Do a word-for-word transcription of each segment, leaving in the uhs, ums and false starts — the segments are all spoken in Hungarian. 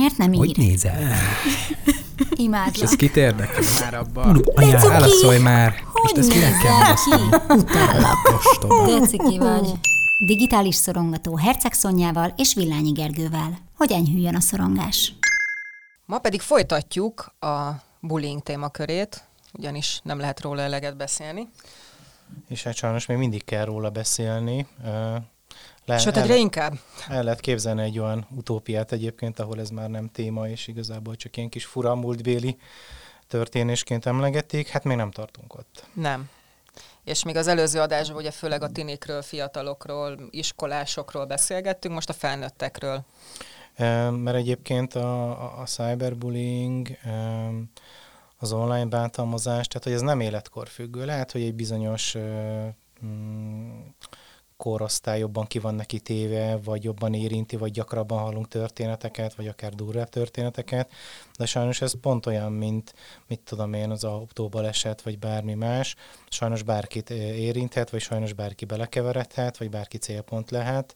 miért nem ír? Hogy nézel? Imádlak. És ez kit érdekel már abban? Anyád, válaszolj már! Hogy most ezt kinek kell válaszolni? Utállak. Ostoba. Deciki vagy. Digitális szorongató Herceg Szonyával és Villányi Gergővel. Hogy enyhüljön a szorongás? Ma pedig folytatjuk a bullying témakörét, ugyanis nem lehet róla eleget beszélni. És hát sajnos még mindig kell róla beszélni. Le, Sőt, egyre inkább. El lehet képzelni egy olyan utópiát egyébként, ahol ez már nem téma, és igazából csak ilyen kis fura múltbéli történésként emlegették. Hát még nem tartunk ott. Nem. És még az előző adásban ugye főleg a tinikről, fiatalokról, iskolásokról beszélgettünk, most a felnőttekről. Mert egyébként a, a, a cyberbullying, az online bántalmazás, tehát hogy ez nem életkorfüggő. Lehet, hogy egy bizonyos mm, korosztály jobban ki van neki téve, vagy jobban érinti, vagy gyakrabban hallunk történeteket, vagy akár durvább történeteket, de sajnos ez pont olyan, mint, mit tudom én, az autóbaleset, vagy bármi más. Sajnos bárkit érinthet, vagy sajnos bárki belekeveredhet, vagy bárki célpont lehet.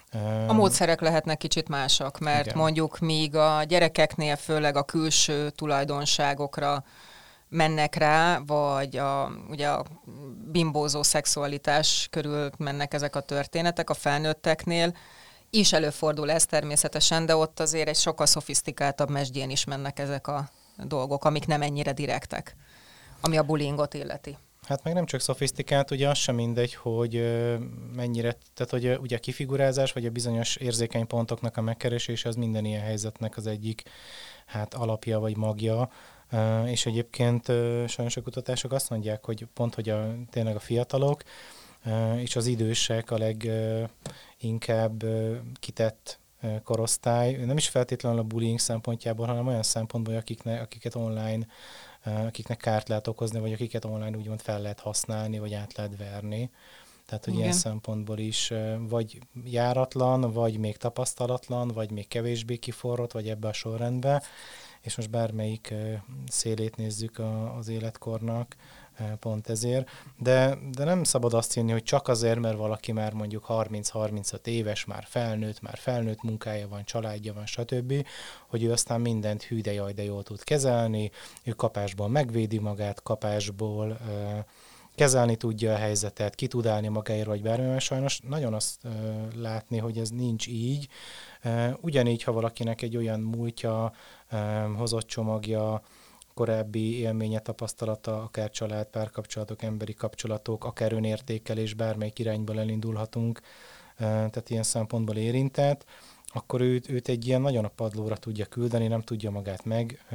A módszerek lehetnek kicsit másak, mert igen. Mondjuk míg a gyerekeknél főleg a külső tulajdonságokra mennek rá, vagy a, ugye a bimbózó szexualitás körül mennek ezek a történetek, a felnőtteknél is előfordul ez természetesen, de ott azért egy sokkal szofisztikáltabb mesdjén is mennek ezek a dolgok, amik nem ennyire direktek, ami a bullyingot illeti. Hát meg nem csak szofisztikált, ugye az sem mindegy, hogy mennyire, tehát hogy ugye a kifigurázás, vagy a bizonyos érzékeny pontoknak a megkeresése, az minden ilyen helyzetnek az egyik hát alapja, vagy magja. Uh, és egyébként uh, sajnos a kutatások azt mondják, hogy pont, hogy a, tényleg a fiatalok uh, és az idősek a leginkább uh, uh, kitett uh, korosztály, nem is feltétlenül a bullying szempontjából, hanem olyan szempontból, akikne, akiket online, uh, akiknek kárt lehet okozni, vagy akiket online úgymond fel lehet használni, vagy át lehet verni. Tehát, hogy igen. Ilyen szempontból is uh, vagy járatlan, vagy még tapasztalatlan, vagy még kevésbé kiforrott, vagy ebbe a sorrendbe. És most bármelyik uh, szélét nézzük a, az életkornak, uh, pont ezért. De, de nem szabad azt hinni, hogy csak azért, mert valaki már mondjuk harminc-harmincöt éves, már felnőtt, már felnőtt munkája van, családja van, stb., hogy ő aztán mindent hű, de jaj, de jól tud kezelni, ő kapásból megvédi magát, kapásból uh, kezelni tudja a helyzetet, ki tud állni magáért, vagy bármi, mert sajnos nagyon azt uh, látni, hogy ez nincs így. Uh, ugyanígy, ha valakinek egy olyan múltja, um, hozott csomagja, korábbi élménye, tapasztalata, akár család, párkapcsolatok, emberi kapcsolatok, akár önértékelés, bármelyik irányból elindulhatunk, uh, tehát ilyen szempontból érintett, akkor őt, őt egy ilyen nagyon a padlóra tudja küldeni, nem tudja magát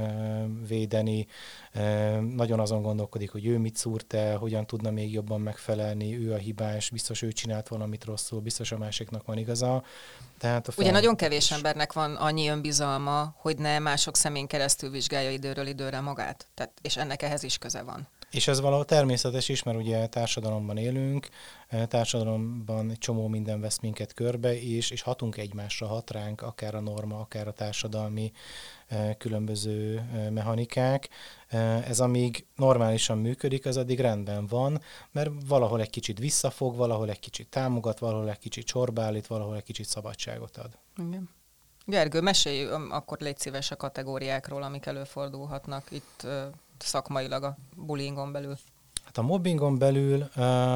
megvédeni, nagyon azon gondolkodik, hogy ő mit szúrt el, hogyan tudna még jobban megfelelni, ő a hibás, biztos ő csinált valamit rosszul, biztos a másiknak van igaza. Tehát a Ugye nagyon kevés embernek van annyi önbizalma, hogy ne mások szemén keresztül vizsgálja időről időre magát, tehát, és ennek ehhez is köze van. És ez valahol természetes is, mert ugye társadalomban élünk, társadalomban egy csomó minden vesz minket körbe, és, és hatunk egymásra, hat ránk, akár a norma, akár a társadalmi különböző mechanikák. Ez amíg normálisan működik, az addig rendben van, mert valahol egy kicsit visszafog, valahol egy kicsit támogat, valahol egy kicsit csorba állít, valahol egy kicsit szabadságot ad. Igen. Gergő, mesélj akkor légy szíves a kategóriákról, amik előfordulhatnak itt szakmailag a bullyingon belül. Hát a mobbingon belül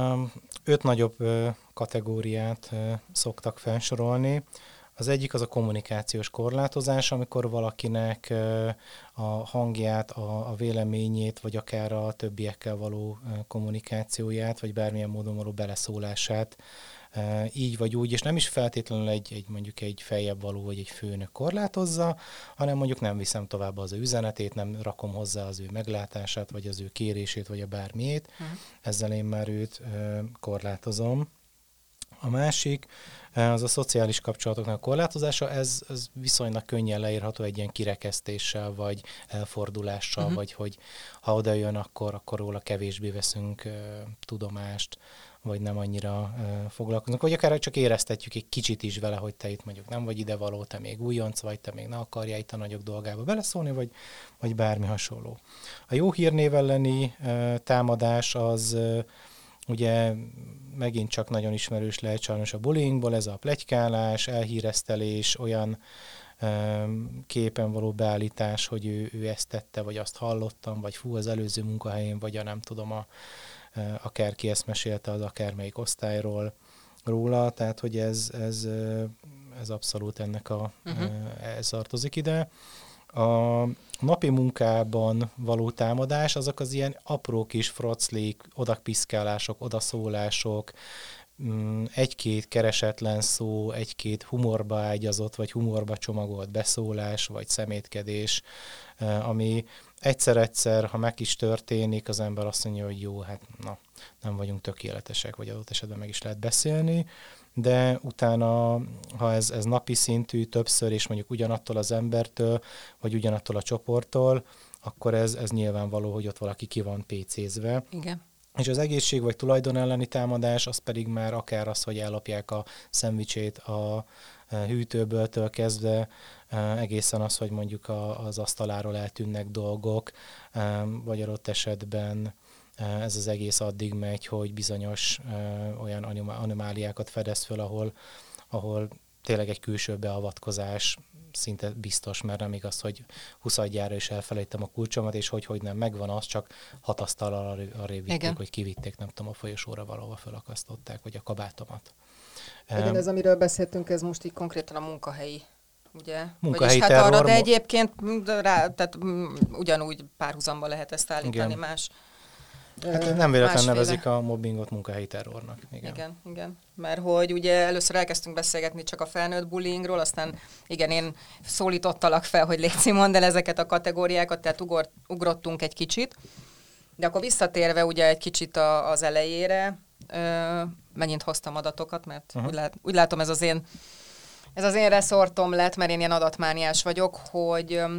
öt nagyobb kategóriát szoktak felsorolni. Az egyik az a kommunikációs korlátozás, amikor valakinek a hangját, a, a véleményét, vagy akár a többiekkel való kommunikációját, vagy bármilyen módon való beleszólását így vagy úgy, és nem is feltétlenül egy, egy mondjuk egy feljebb való, vagy egy főnök korlátozza, hanem mondjuk nem viszem tovább az ő üzenetét, nem rakom hozzá az ő meglátását, vagy az ő kérését, vagy a bármiét. Uh-huh. Ezzel én már őt korlátozom. A másik, az a szociális kapcsolatoknak a korlátozása, ez, ez viszonylag könnyen leírható egy ilyen kirekesztéssel, vagy elfordulással, uh-huh. vagy hogy ha oda jön, akkor, akkor róla kevésbé veszünk uh, tudomást, vagy nem annyira uh, foglalkozunk, vagy akár csak éreztetjük egy kicsit is vele, hogy te itt mondjuk nem vagy idevaló, te még újonc vagy, te még ne akarjál itt a nagyok dolgába beleszólni, vagy, vagy bármi hasonló. A jó hírnév elleni uh, támadás az uh, ugye megint csak nagyon ismerős lehet sajnos a bullyingból, ez a pletykálás, elhíresztelés, olyan képen való beállítás, hogy ő, ő ezt tette, vagy azt hallottam, vagy fú, az előző munkahelyén, vagy a nem tudom, a, akárki ezt mesélte az akármelyik osztályról róla, tehát hogy ez, ez, ez abszolút ennek a, uh-huh. ez tartozik ide. A napi munkában való támadás, azok az ilyen apró kis froclik, odapiszkálások, odaszólások, egy-két keresetlen szó, egy-két humorba ágyazott, vagy humorba csomagolt beszólás, vagy szemétkedés, ami egyszer-egyszer, ha meg is történik, az ember azt mondja, hogy jó, hát na, nem vagyunk tökéletesek, vagy adott esetben meg is lehet beszélni, de utána, ha ez, ez napi szintű többször, és mondjuk ugyanattól az embertől, vagy ugyanattól a csoporttól, akkor ez, ez nyilvánvaló, hogy ott valaki ki van pécézve. Igen. És az egészség vagy tulajdon elleni támadás, az pedig már akár az, hogy ellopják a szendvicsét a hűtőből kezdve, egészen az, hogy mondjuk a, az asztaláról eltűnnek dolgok, vagy adott esetben ez az egész addig megy, hogy bizonyos olyan anomáliákat fedez föl, ahol, ahol tényleg egy külső beavatkozás szinte biztos, mert nem igaz, hogy huszadjára is elfelejtem a kulcsomat, és hogy, hogy nem megvan az, csak hat asztallal arrébb vitték, hogy kivitték, nem tudom, a folyosóra valahol felakasztották, vagy a kabátomat. Igen, um, ez amiről beszéltünk, ez most így konkrétan a munkahelyi, ugye? Munkahelyi Vagyis hát arra, de egyébként rá, tehát ugyanúgy párhuzamba lehet ezt állítani, igen. Más. Hát nem véletlen nevezik a mobbingot munkahelyi terrornak. Igen. igen, igen. Mert hogy ugye először elkezdtünk beszélgetni csak a felnőtt bullyingról, aztán igen, én szólítottalak fel, hogy légy mondd el ezeket a kategóriákat, tehát ugor, ugrottunk egy kicsit. De akkor visszatérve ugye egy kicsit a, az elejére, ö, megint hoztam adatokat, mert uh-huh. úgy, lát, úgy látom ez az én ez az én reszortom lett, mert én ilyen adatmániás vagyok, hogy ö,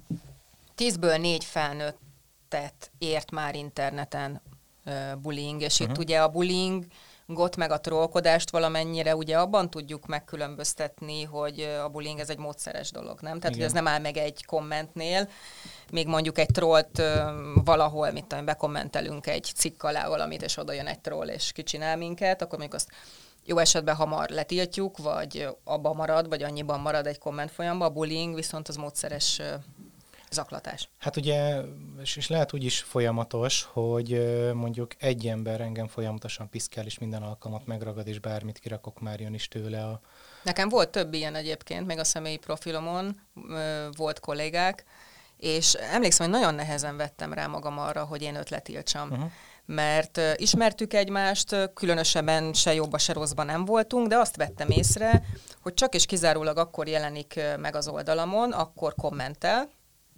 tízből négy felnőtt tett ért már interneten uh, bullying, és uh-huh. itt ugye a bullyingot meg a trollkodást valamennyire ugye abban tudjuk megkülönböztetni, hogy a bullying ez egy módszeres dolog, nem? Tehát, hogy ez nem áll meg egy kommentnél, még mondjuk egy trollt uh, valahol, mit tudom, bekommentelünk egy cikk alá valamit, és oda jön egy troll, és kicsinál minket, akkor mondjuk azt jó esetben hamar letiltjuk, vagy abba marad, vagy annyiban marad egy komment folyamban. A bullying viszont az módszeres uh, zaklatás. Hát ugye, és lehet úgy is folyamatos, hogy mondjuk egy ember engem folyamatosan piszkál, és minden alkalmat megragad, és bármit kirakok, már jön is tőle a... Nekem volt több ilyen egyébként, még a személyi profilomon volt kollégák, és emlékszem, hogy nagyon nehezen vettem rá magam arra, hogy én őt letiltsam. Uh-huh. Mert ismertük egymást, különösebben se jobba, se rosszba nem voltunk, de azt vettem észre, hogy csak és kizárólag akkor jelenik meg az oldalamon, akkor kommentel,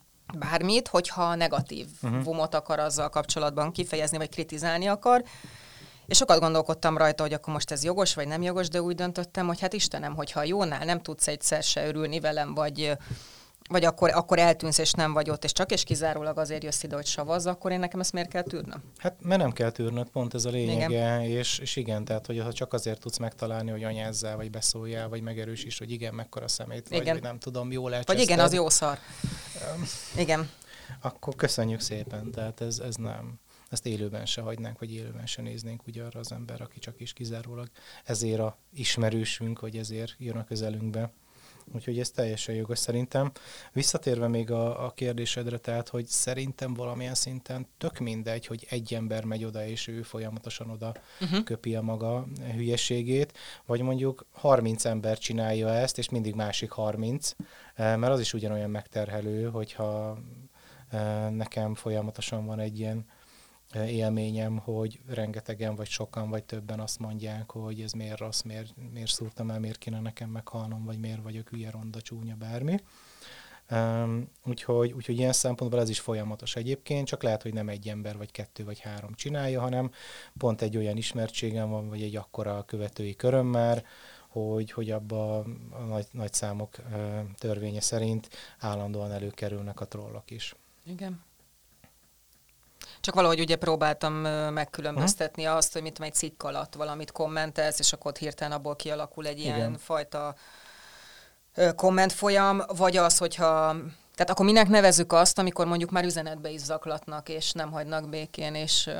bármit, hogyha negatív uh-huh. vumot akar azzal kapcsolatban kifejezni, vagy kritizálni akar. És sokat gondolkodtam rajta, hogy akkor most ez jogos, vagy nem jogos, de úgy döntöttem, hogy hát Istenem, hogyha jónál nem tudsz egyszer se örülni velem, vagy, vagy akkor, akkor eltűnsz, és nem vagy ott, és csak és kizárólag azért jössz ide, hogy savazz, akkor én nekem ezt miért kell tűrnöm? Hát mert nem kell tűrnöd, pont ez a lényege, és, és igen, tehát hogy ha csak azért tudsz megtalálni, hogy anyázzál, vagy beszóljál, vagy megerősíts, hogy igen, mekkora szemét vagy, vagy nem tudom, jól elcseszted. Vagy igen, az jó szar. Um, igen. Akkor köszönjük szépen, tehát ez, ez nem... Ezt élőben se hagynánk, vagy élőben se néznénk ugye arra az ember, aki csak is kizárólag ezért a ismerősünk, vagy ezért jön a közelünkbe. Úgyhogy ez teljesen jogos szerintem. Visszatérve még a, a kérdésedre, tehát, hogy szerintem valamilyen szinten tök mindegy, hogy egy ember megy oda, és ő folyamatosan oda uh-huh. köpi a maga hülyeségét, vagy mondjuk harminc ember csinálja ezt, és mindig másik harminc, mert az is ugyanolyan megterhelő, hogyha nekem folyamatosan van egy ilyen élményem, hogy rengetegen, vagy sokan, vagy többen azt mondják, hogy ez miért rossz, miért, miért szúrtam el, miért kéne nekem meghalnom, vagy miért vagyok hülye, ronda, csúnya, bármi. Um, úgyhogy, úgyhogy ilyen szempontból ez is folyamatos egyébként, csak lehet, hogy nem egy ember, vagy kettő, vagy három csinálja, hanem pont egy olyan ismertségem van, vagy egy akkora követői köröm már, hogy, hogy abba a nagy, nagy számok uh, törvénye szerint állandóan előkerülnek a trollok is. Igen. Csak valahogy ugye próbáltam megkülönböztetni uh-huh. azt, hogy mit egy cikk alatt valamit kommentelsz, és akkor hirtelen abból kialakul egy ilyen Igen. fajta kommentfolyam, vagy az, hogyha... Tehát akkor minek nevezzük azt, amikor mondjuk már üzenetbe is zaklatnak, és nem hagynak békén, és...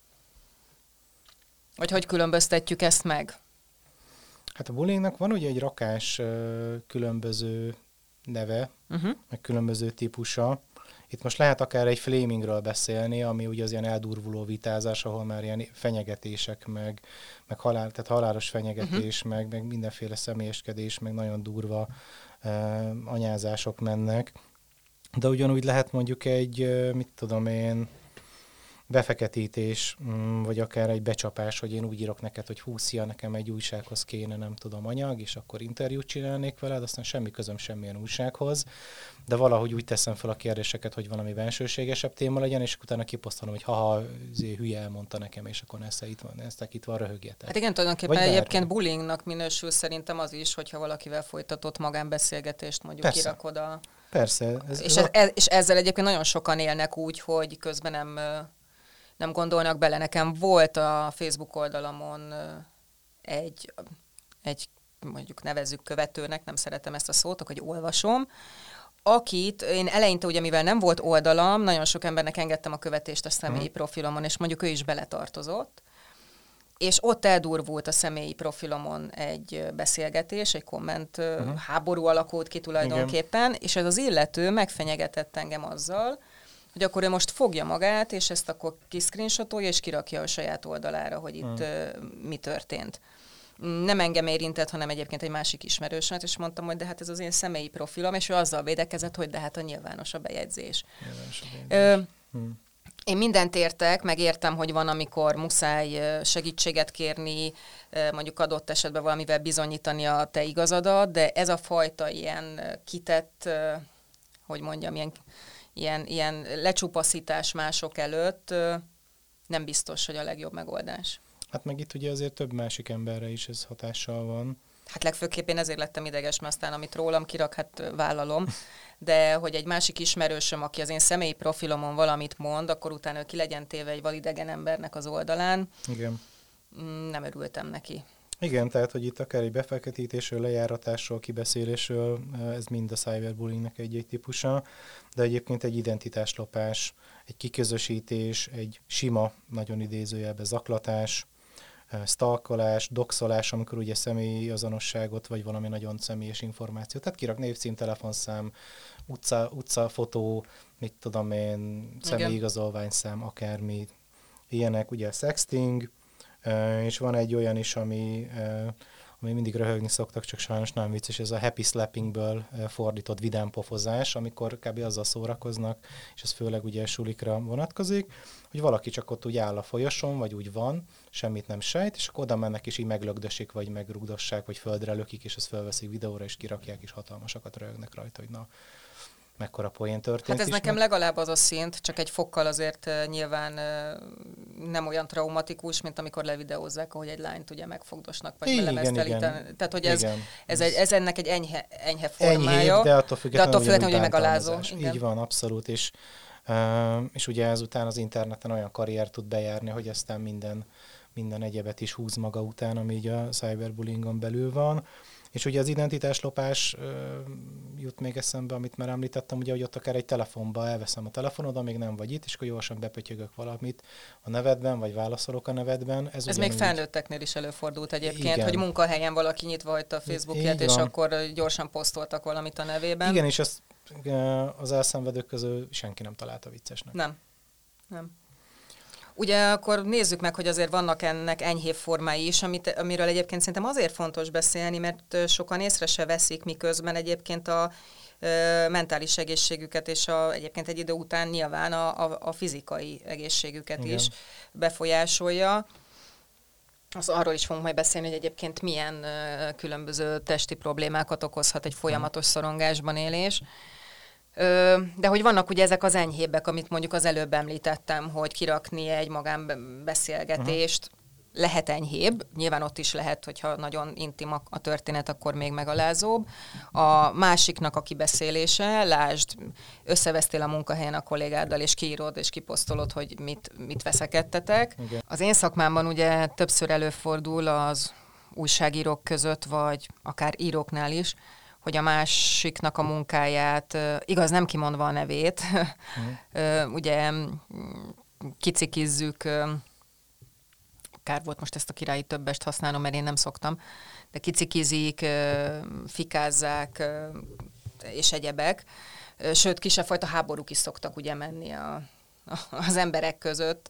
Vagy hogy különböztetjük ezt meg? Hát a bullyingnak van ugye egy rakás különböző neve, uh-huh. meg különböző típusa. Itt most lehet akár egy flamingről beszélni, ami ugye az ilyen eldurvuló vitázás, ahol már ilyen fenyegetések, meg, meg halál, tehát halálos fenyegetés, uh-huh. meg, meg mindenféle személyeskedés, meg nagyon durva uh, anyázások mennek. De ugyanúgy lehet mondjuk egy, uh, mit tudom én, befeketítés, vagy akár egy becsapás, hogy én úgy írok neked, hogy hú, szia, nekem egy újsághoz kéne, nem tudom, anyag, és akkor interjút csinálnék veled, aztán semmi közöm semmilyen újsághoz, de valahogy úgy teszem fel a kérdéseket, hogy valami bensőségesebb téma legyen, és utána kiposztolom, hogy haha, hülye elmondta nekem, és akkor ezt itt van, ezt itt van, röhögjetek. Hát igen, tulajdonképpen egyébként bullyingnak minősül szerintem az is, hogyha valakivel folytatott magánbeszélgetést mondjuk Persze. kirakod a... Persze. Ez, és, ez, ez, és ezzel egyébként nagyon sokan élnek úgy, hogy közben nem... nem gondolnak bele. Nekem volt a Facebook oldalamon egy, egy mondjuk nevezzük követőnek, nem szeretem ezt a szót, hogy olvasom, akit én eleinte, ugye mivel nem volt oldalam, nagyon sok embernek engedtem a követést a személyi profilomon, és mondjuk ő is beletartozott, és ott eldurvult a személyi profilomon egy beszélgetés, egy komment uh-huh. háború alakult ki tulajdonképpen, igen. és ez az illető megfenyegetett engem azzal, hogy akkor ő most fogja magát, és ezt akkor kiszcreenshotolja, és kirakja a saját oldalára, hogy itt hmm. uh, mi történt. Nem engem érintett, hanem egyébként egy másik ismerősömet, és mondtam, hogy de hát ez az én személyi profilom, és ő azzal védekezett, hogy de hát a nyilvános a bejegyzés. Nyilvános a bejegyzés. Ö, hmm. Én mindent értek, meg értem, hogy van, amikor muszáj segítséget kérni, mondjuk adott esetben valamivel bizonyítani a te igazadat, de ez a fajta ilyen kitett, hogy mondjam, ilyen Ilyen, ilyen lecsupaszítás mások előtt nem biztos, hogy a legjobb megoldás. Hát meg itt ugye azért több másik emberre is ez hatással van. Hát legfőképp én ezért lettem ideges, mert aztán amit rólam kirak, hát vállalom. De hogy egy másik ismerősöm, aki az én személyi profilomon valamit mond, akkor utána ki legyen téve egy validegen embernek az oldalán. Igen. Nem örültem neki. Igen, tehát, hogy itt akár egy befektetítésről, lejáratásról, kibeszélésről, ez mind a cyberbullyingnek egy-egy típusa, de egyébként egy identitáslopás, egy kiközösítés, egy sima, nagyon idézőjelben zaklatás, stalkolás, doxolás, amikor ugye személyi azonosságot, vagy valami nagyon személyes információt, tehát kirak névcím, telefonszám, utca, utcafotó, mit tudom én, személyi igazolványszám, akármi, ilyenek, ugye a sexting, Uh, és van egy olyan is, ami, uh, ami mindig röhögni szoktak, csak sajnos nem vicces, ez a happy slappingből uh, fordított vidám pofozás, amikor kb. Azzal szórakoznak, és ez főleg ugye sulikra vonatkozik, hogy valaki csak ott úgy áll a folyosón, vagy úgy van, semmit nem sejt, és akkor oda mennek, és így meglögdösik, vagy megrugdossák, vagy földre lökik, és ezt felveszik videóra, és kirakják, és hatalmasakat röhögnek rajta, hogy na, mekkora poén történt. Hát ez is nekem meg. legalább az a szint, csak egy fokkal azért uh, nyilván uh, nem olyan traumatikus, mint amikor levideózzák, ahogy egy lányt ugye megfogdosnak, vagy belemesztelíteni. Tehát, hogy ez, ez, ez, egy, ez ennek egy enyhe, enyhe formája. Enyhébb, de attól függetlenül, de attól függetlenül hogy megalázó. Így van, abszolút. És, uh, és ugye ezután az interneten olyan karrier tud bejárni, hogy aztán minden, minden egyebet is húz maga után, ami így a cyberbullyingon belül van. És ugye az identitáslopás uh, jut még eszembe, amit már említettem, ugye, hogy ott akár egy telefonba elveszem a telefonod, amíg nem vagy itt, és akkor gyorsan bepötyögök valamit a nevedben, vagy válaszolok a nevedben. Ez, Ez még felnőtteknél is előfordult egyébként, igen. hogy munkahelyen valaki nyitva hagyta a Facebookját, és akkor gyorsan posztoltak valamit a nevében. Igen, és ezt az elszenvedők közül senki nem találta viccesnek. Nem. Nem. Ugye akkor nézzük meg, hogy azért vannak ennek enyhébb formái is, amit, amiről egyébként szerintem azért fontos beszélni, mert sokan észre se veszik, miközben egyébként a ö, mentális egészségüket, és a, egyébként egy idő után nyilván a, a, a fizikai egészségüket igen. is befolyásolja. Az arról is fogunk majd beszélni, hogy egyébként milyen ö, különböző testi problémákat okozhat egy folyamatos szorongásban élés. De hogy vannak ugye ezek az enyhébbek, amit mondjuk az előbb említettem, hogy kirakni egy magánbeszélgetést, uh-huh. lehet enyhébb, nyilván ott is lehet, hogyha nagyon intim a, a történet, akkor még megalázóbb. A másiknak a kibeszélése, lásd, összevesztél a munkahelyen a kollégáddal, és kiírod, és kiposztolod, hogy mit, mit veszekedtetek. Okay. Az én szakmámban ugye többször előfordul az újságírók között, vagy akár íróknál is, hogy a másiknak a munkáját, igaz, nem kimondva a nevét, mm. ugye kicikizzük, kár volt most ezt a királyi többest használnom, mert én nem szoktam, de kicikizik, fikázzák, és egyebek. Sőt, kisebb-fajta háborúk is szoktak ugye menni a, a, az emberek között,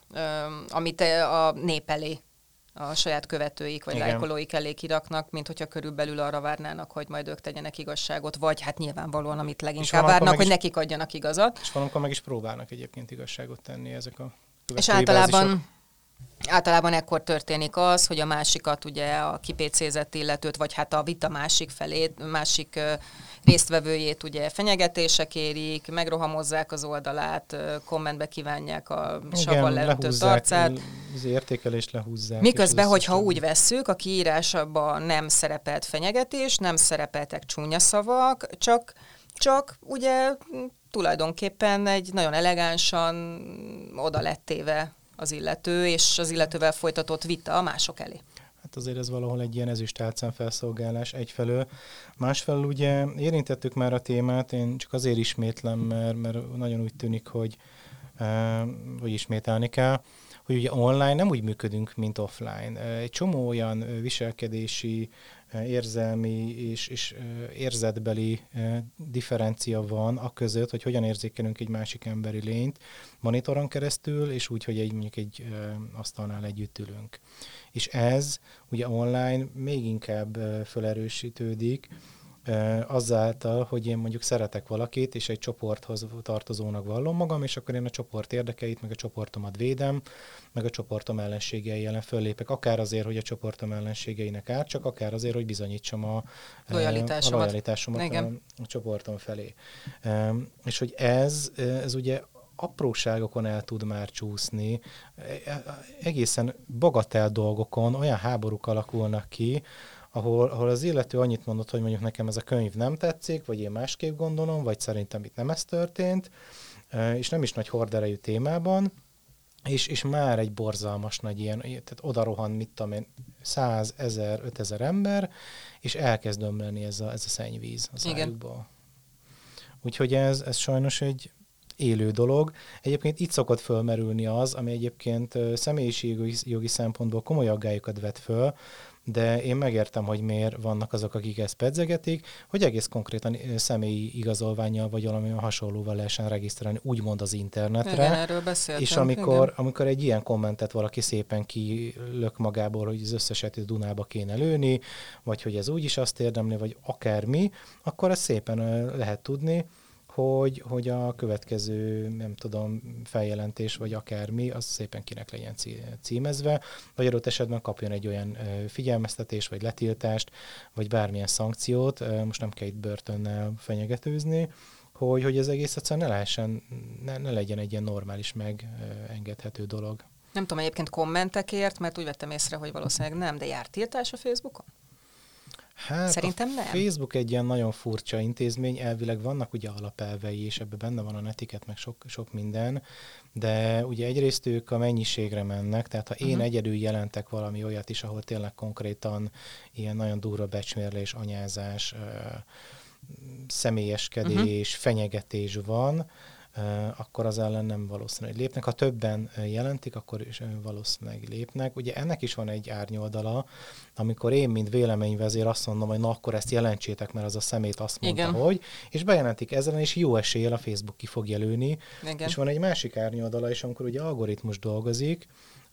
amit a nép elé, a saját követőik vagy lájkolóik elé kiraknak, mint hogyha körülbelül arra várnának, hogy majd ők tegyenek igazságot, vagy hát nyilvánvalóan, amit leginkább várnak, hogy is, nekik adjanak igazat. És valamikor meg is próbálnak egyébként igazságot tenni ezek a követői. És általában, általában ekkor történik az, hogy a másikat, ugye a kipécézett illetőt, vagy hát a vita másik felét, másik uh, résztvevőjét ugye fenyegetések érik, megrohamozzák az oldalát, kommentbe kívánják a savval leöntött arcát. Az értékelést lehúzzák. Miközben, hogyha úgy vesszük, a kiírásban nem szerepelt fenyegetés, nem szerepeltek csúnya szavak, csak, csak ugye tulajdonképpen egy nagyon elegánsan oda lett téve az illető, és az illetővel folytatott vita a mások elé. Hát azért ez valahol egy ilyen ezüstálcán felszolgálás egyfelől. Másfelől ugye érintettük már a témát, én csak azért ismétlem, mert, mert nagyon úgy tűnik, hogy, uh, hogy ismételni kell, hogy ugye online nem úgy működünk, mint offline. Egy csomó olyan viselkedési, érzelmi és, és érzetbeli differencia van a között, hogy hogyan érzékelünk egy másik emberi lényt monitoron keresztül, és úgy, hogy egy, mondjuk egy asztalnál együtt ülünk. És ez ugye online még inkább felerősítődik, azáltal, hogy én mondjuk szeretek valakit, és egy csoporthoz tartozónak vallom magam, és akkor én a csoport érdekeit, meg a csoportomat védem, meg a csoportom ellenségei ellen föllépek, akár azért, hogy a csoportom ellenségeinek árt, csak akár azért, hogy bizonyítsam a lojalitásomat, a, lojalitásomat a, a csoportom felé. És hogy ez, ez ugye apróságokon el tud már csúszni, egészen bagatel dolgokon olyan háborúk alakulnak ki, ahol, ahol az illető annyit mondott, hogy mondjuk nekem ez a könyv nem tetszik, vagy én másképp gondolom, vagy szerintem itt nem ez történt, és nem is nagy horderejű témában, és, és már egy borzalmas nagy ilyen, tehát oda rohan, mit tudom én, száz, ezer, ötezer ember, és elkezd ömleni ez a, ez a szennyvíz az ájukból. Úgyhogy ez, ez sajnos egy élő dolog. Egyébként itt szokott fölmerülni az, ami egyébként személyiségi jogi szempontból komoly aggályokat vet föl, de én megértem, hogy miért vannak azok, akik ezt pedzegetik, hogy egész konkrétan személyi igazolvánnyal vagy valami hasonlóval lehessen regisztrálni, úgymond az internetre. Igen, erről beszéltem. És amikor, amikor egy ilyen kommentet valaki szépen kilök magából, hogy az összeset Dunába kéne lőni, vagy hogy ez úgyis azt érdemli, vagy akármi, akkor ezt szépen lehet tudni, hogy, hogy a következő, nem tudom, feljelentés, vagy akármi, az szépen kinek legyen címezve, vagy adott esetben kapjon egy olyan figyelmeztetés, vagy letiltást, vagy bármilyen szankciót, most nem kell itt börtönnel fenyegetőzni, hogy, hogy ez egész egyszerűen ne lehessen, ne, ne legyen egy ilyen normális, megengedhető dolog. Nem tudom, egyébként kommentekért, mert úgy vettem észre, hogy valószínűleg nem, de jár tiltás a Facebookon? Hát szerintem a nem. Facebook egy ilyen nagyon furcsa intézmény, elvileg vannak ugye alapelvei, és ebben benne van a netiket, meg sok, sok minden, de ugye egyrészt ők a mennyiségre mennek, tehát ha én uh-huh. egyedül jelentek valami olyat is, ahol tényleg konkrétan ilyen nagyon durva becsmérlés, anyázás, személyeskedés, uh-huh. fenyegetés van, akkor az ellen nem valószínű, hogy lépnek. Ha többen jelentik, akkor is valószínűleg lépnek. Ugye ennek is van egy árnyoldala, amikor én, mint véleményvezér azt mondom, hogy na akkor ezt jelentsétek, mert az a szemét azt mondta, igen. hogy, és bejelentik ezzel, és jó eséllyel a Facebook ki fog jelölni. Igen. És van egy másik árnyoldala is, amikor ugye algoritmus dolgozik,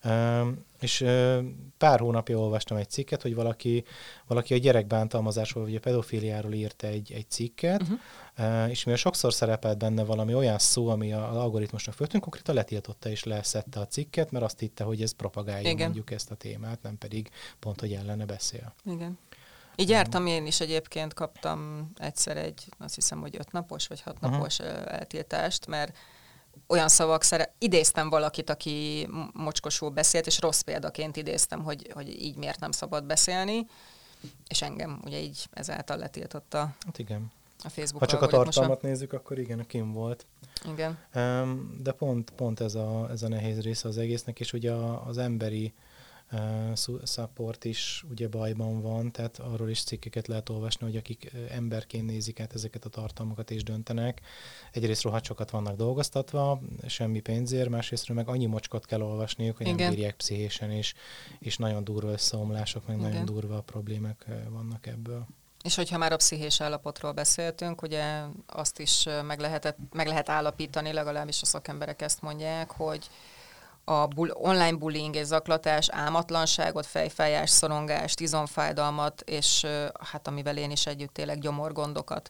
és pár hónapja olvastam egy cikket, hogy valaki, valaki a gyerekbántalmazásról, vagy a pedofiliáról írt egy, egy cikket, uh-huh. és mivel sokszor szerepelt benne valami olyan szó, ami az algoritmusnak föltűnt, konkrétan letiltotta és leszette a cikket, mert azt hitte, hogy ez propagálja igen. mondjuk ezt a témát, nem pedig pont, hogy ellene beszél. Igen. Így jártam én is egyébként, kaptam egyszer egy, azt hiszem, hogy öt napos vagy hat napos uh-huh. eltiltást, mert olyan szavak, szere... idéztem valakit, aki mocskosul beszélt, és rossz példaként idéztem, hogy, hogy így miért nem szabad beszélni, és engem ugye így ezáltal letiltotta hát igen. a Facebook Ha csak a tartalmat nézzük, akkor igen, kim volt. Igen. Um, de pont, pont ez, a, ez a nehéz része az egésznek, és ugye az emberi uh, support is ugye bajban van, tehát arról is cikkeket lehet olvasni, hogy akik emberként nézik át ezeket a tartalmakat és döntenek. Egyrészt rohadt sokat vannak dolgoztatva, semmi pénzért, másrésztről meg annyi mocskot kell olvasniuk, hogy igen. nem bírják pszichésen, és, és nagyon durva összeomlások, meg igen. nagyon durva problémák vannak ebből. És hogyha már a pszichés állapotról beszéltünk, ugye azt is meg, lehetett, meg lehet állapítani, legalábbis a szakemberek ezt mondják, hogy a bull- online bullying és zaklatás álmatlanságot, fejfájás, szorongást, izomfájdalmat, és hát amivel én is együtt élek, gyomorgondokat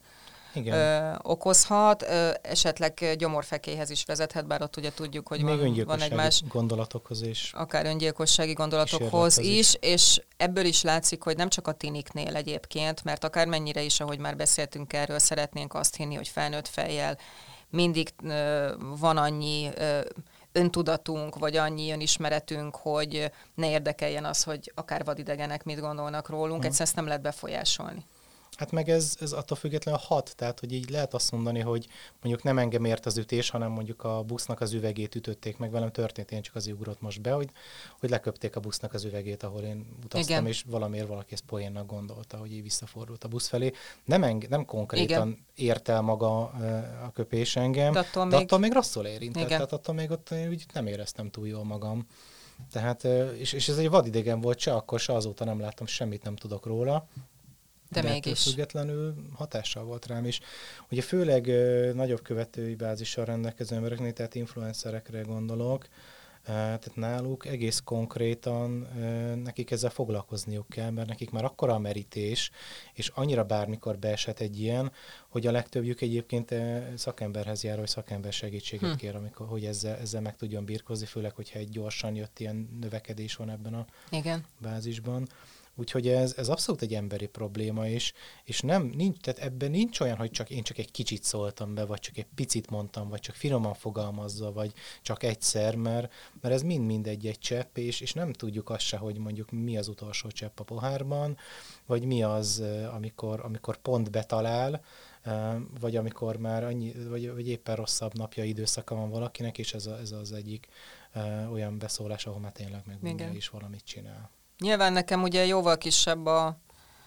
Ö, okozhat, ö, esetleg gyomorfekélyhez is vezethet, bár ott ugye tudjuk, hogy még van, van egy más gondolatokhoz is. Akár öngyilkossági gondolatokhoz is, is, és ebből is látszik, hogy nem csak a tiniknél egyébként, mert akár mennyire is, ahogy már beszéltünk erről, szeretnénk azt hinni, hogy felnőtt fejjel mindig ö, van annyi ö, öntudatunk, vagy annyi önismeretünk, hogy ne érdekeljen az, hogy akár vadidegenek mit gondolnak rólunk, hmm. egyszerűen ezt nem lehet befolyásolni. Hát meg ez, ez attól függetlenül hat, tehát hogy így lehet azt mondani, hogy mondjuk nem engem ért az ütés, hanem mondjuk a busznak az üvegét ütötték meg, velem történt, én csak azért ugrott most be, hogy, hogy leköpték a busznak az üvegét, ahol én utaztam, igen. És valamiért valaki ezt poénnak gondolta, hogy így visszafordult a busz felé. Nem, eng- nem konkrétan igen. ért el maga a köpés engem, de attól, de még... attól még rosszul érintett, igen. Tehát attól még ott úgy nem éreztem túl jól magam. Tehát, és, és ez egy vadidegen volt, se akkor, se azóta nem láttam, semmit nem tudok róla. De, de mégis. Függetlenül hatással volt rám is. Ugye főleg ö, nagyobb követői bázissal rendelkező embereknél, tehát influencerekre gondolok, uh, tehát náluk egész konkrétan uh, nekik ezzel foglalkozniuk kell, mert nekik már akkora a merítés, és annyira bármikor beesett egy ilyen, hogy a legtöbbjük egyébként uh, szakemberhez jár, vagy szakember segítséget hm. kér, amikor, hogy ezzel, ezzel meg tudjon birkózni, főleg, hogyha egy gyorsan jött ilyen növekedés van ebben a Igen. bázisban. Úgyhogy ez, ez abszolút egy emberi probléma is, és nem, nincs, tehát ebben nincs olyan, hogy csak én csak egy kicsit szóltam be, vagy csak egy picit mondtam, vagy csak finoman fogalmazza, vagy csak egyszer, mert, mert ez mind-mind egy-egy csepp, és, és nem tudjuk azt se, hogy mondjuk mi az utolsó csepp a pohárban, vagy mi az, amikor, amikor pont betalál, vagy amikor már annyi, vagy, vagy éppen rosszabb napja időszaka van valakinek, és ez, a, ez az egyik olyan beszólás, ahol már tényleg meg is valamit csinál. Nyilván nekem ugye jóval kisebb a,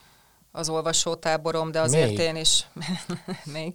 az olvasótáborom, de azért még. én is még.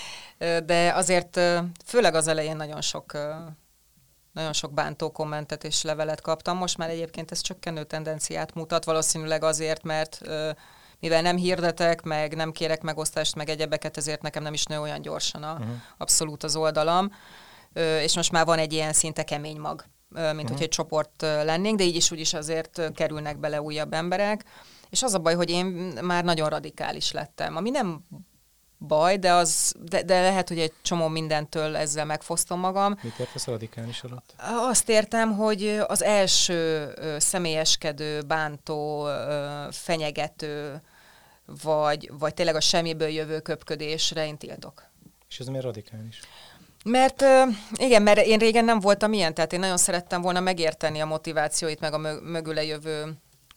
De azért főleg az elején nagyon sok, nagyon sok bántó kommentet és levelet kaptam. Most már egyébként ez csökkenő tendenciát mutat, valószínűleg azért, mert mivel nem hirdetek, meg nem kérek megosztást, meg egyebeket, ezért nekem nem is nő olyan gyorsan a, uh-huh. abszolút az oldalam. És most már van egy ilyen szinte kemény mag, mint uh-huh. hogy egy csoport lennénk, de így is úgyis azért kerülnek bele újabb emberek. És az a baj, hogy én már nagyon radikális lettem, ami nem baj, de, az, de, de lehet, hogy egy csomó mindentől ezzel megfosztom magam. Mit értesz radikális alatt? Azt értem, hogy az első személyeskedő, bántó, fenyegető, vagy, vagy tényleg a semmiből jövő köpködésre én tiltok. És ez miért radikális? Mert igen, mert én régen nem voltam ilyen, tehát én nagyon szerettem volna megérteni a motivációit, meg a mögüle jövő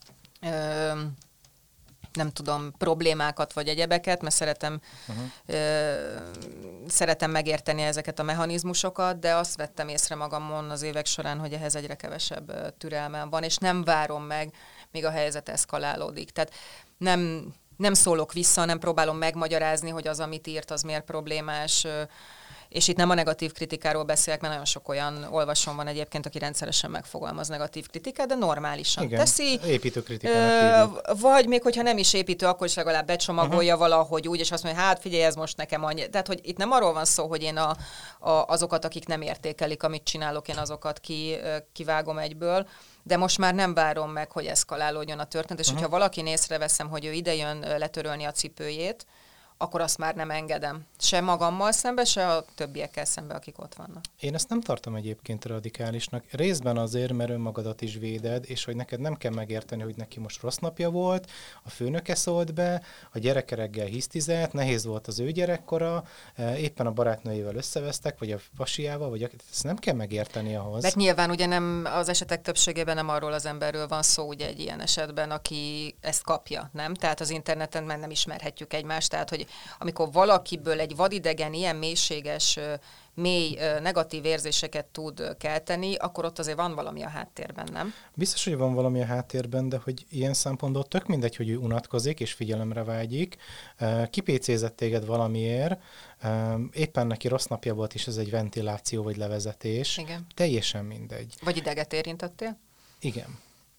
ö, nem tudom, problémákat vagy egyebeket, mert szeretem, uh-huh. ö, szeretem megérteni ezeket a mechanizmusokat, de azt vettem észre magamon az évek során, hogy ehhez egyre kevesebb türelmem van, és nem várom meg, míg a helyzet eszkalálódik. Tehát nem, nem szólok vissza, nem próbálom megmagyarázni, hogy az, amit írt, az miért problémás, és itt nem a negatív kritikáról beszélek, mert nagyon sok olyan olvasón van egyébként, aki rendszeresen megfogalmaz negatív kritikát, de normálisan igen, teszi. Építő kritikának ö, Vagy még hogyha nem is építő, akkor is legalább becsomagolja uh-huh. valahogy úgy, és azt mondja, hát figyelj, ez most nekem annyi. Tehát, hogy itt nem arról van szó, hogy én a, a, azokat, akik nem értékelik, amit csinálok, én azokat ki, kivágom egyből, de most már nem várom meg, hogy eszkalálódjon a történet, és uh-huh. hogyha valakin észreveszem, hogy ő idejön letörölni a cipőjét, akkor azt már nem engedem. Se magammal szembe, se a többiekkel szembe, akik ott vannak. Én ezt nem tartom egyébként radikálisnak. Részben azért, mert önmagadat is véded, és hogy neked nem kell megérteni, hogy neki most rossz napja volt, a főnöke szólt be, a gyereke reggel hisztizett, nehéz volt az ő gyerekkora, éppen a barátnőjével összevesztek, vagy a pasiával, vagy ezt nem kell megérteni ahhoz. Mert nyilván ugye nem, az esetek többségében nem arról az emberről van szó, ugye egy ilyen esetben, aki ezt kapja, nem? Tehát az interneten már nem ismerhetjük egymást, tehát hogy amikor valakiből egy vadidegen ilyen mélységes, mély negatív érzéseket tud kelteni, akkor ott azért van valami a háttérben, nem? Biztos, hogy van valami a háttérben, de hogy ilyen szempontból tök mindegy, hogy ő unatkozik és figyelemre vágyik, kipécézett téged valamiért, éppen neki rossz napja volt, és ez egy ventiláció vagy levezetés. Igen. Teljesen mindegy. Vagy ideget érintettél? Igen.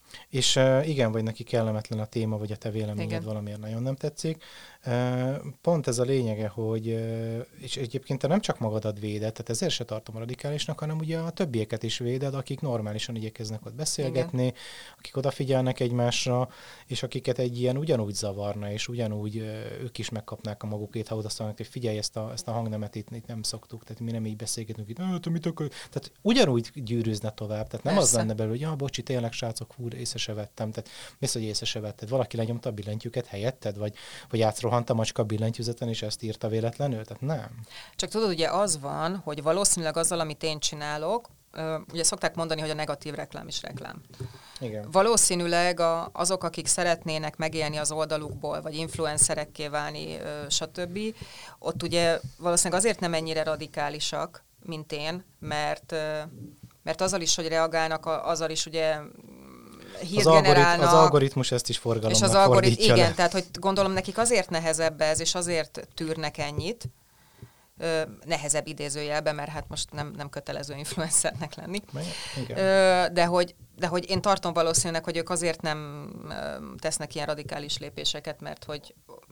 És uh, igen, vagy neki kellemetlen a téma, vagy a te véleményed igen. valamiért nagyon nem tetszik. Uh, pont ez a lényege, hogy, uh, és egyébként te nem csak magadat véded, tehát ezért se tartom a radikálisnak, hanem ugye a többieket is véded, akik normálisan igyekeznek ott beszélgetni, igen. akik odafigyelnek egymásra, és akiket egy ilyen ugyanúgy zavarna, és ugyanúgy uh, ők is megkapnák a magukét, ha oda szólnak, hogy figyelj, ezt a, ezt a hangnemet itt, itt nem szoktuk, tehát mi nem így beszélgetünk, itt, te mit akar? Tehát ugyanúgy gyűrűzne tovább, tehát nem Persze. az lenne belőle, hogy ja, bocsi, tényleg srácok, hú, észre se vettem, tehát mész, hogy észre se vetted, valaki lenyomta a billentyűket helyetted, vagy, vagy átrohant a macska billentyűzeten, és ezt írta véletlenül, tehát nem. Csak tudod, ugye az van, hogy valószínűleg azzal, amit én csinálok, ugye szokták mondani, hogy a negatív reklám is reklám. Igen. Valószínűleg a, azok, akik szeretnének megélni az oldalukból, vagy influencerekké válni, stb., ott ugye valószínűleg azért nem ennyire radikálisak, mint én, mert, mert azzal is, hogy reagálnak, azzal is ugye hírt az generálnak. Az algoritmus ezt is forgalomnak és az algorit, igen, le. tehát hogy gondolom nekik azért nehezebb ez, és azért tűrnek ennyit, Ö, nehezebb idézőjelben, mert hát most nem, nem kötelező influencernek lenni. Ö, de, hogy, de hogy én tartom valószínűleg, hogy ők azért nem tesznek ilyen radikális lépéseket, mert hogy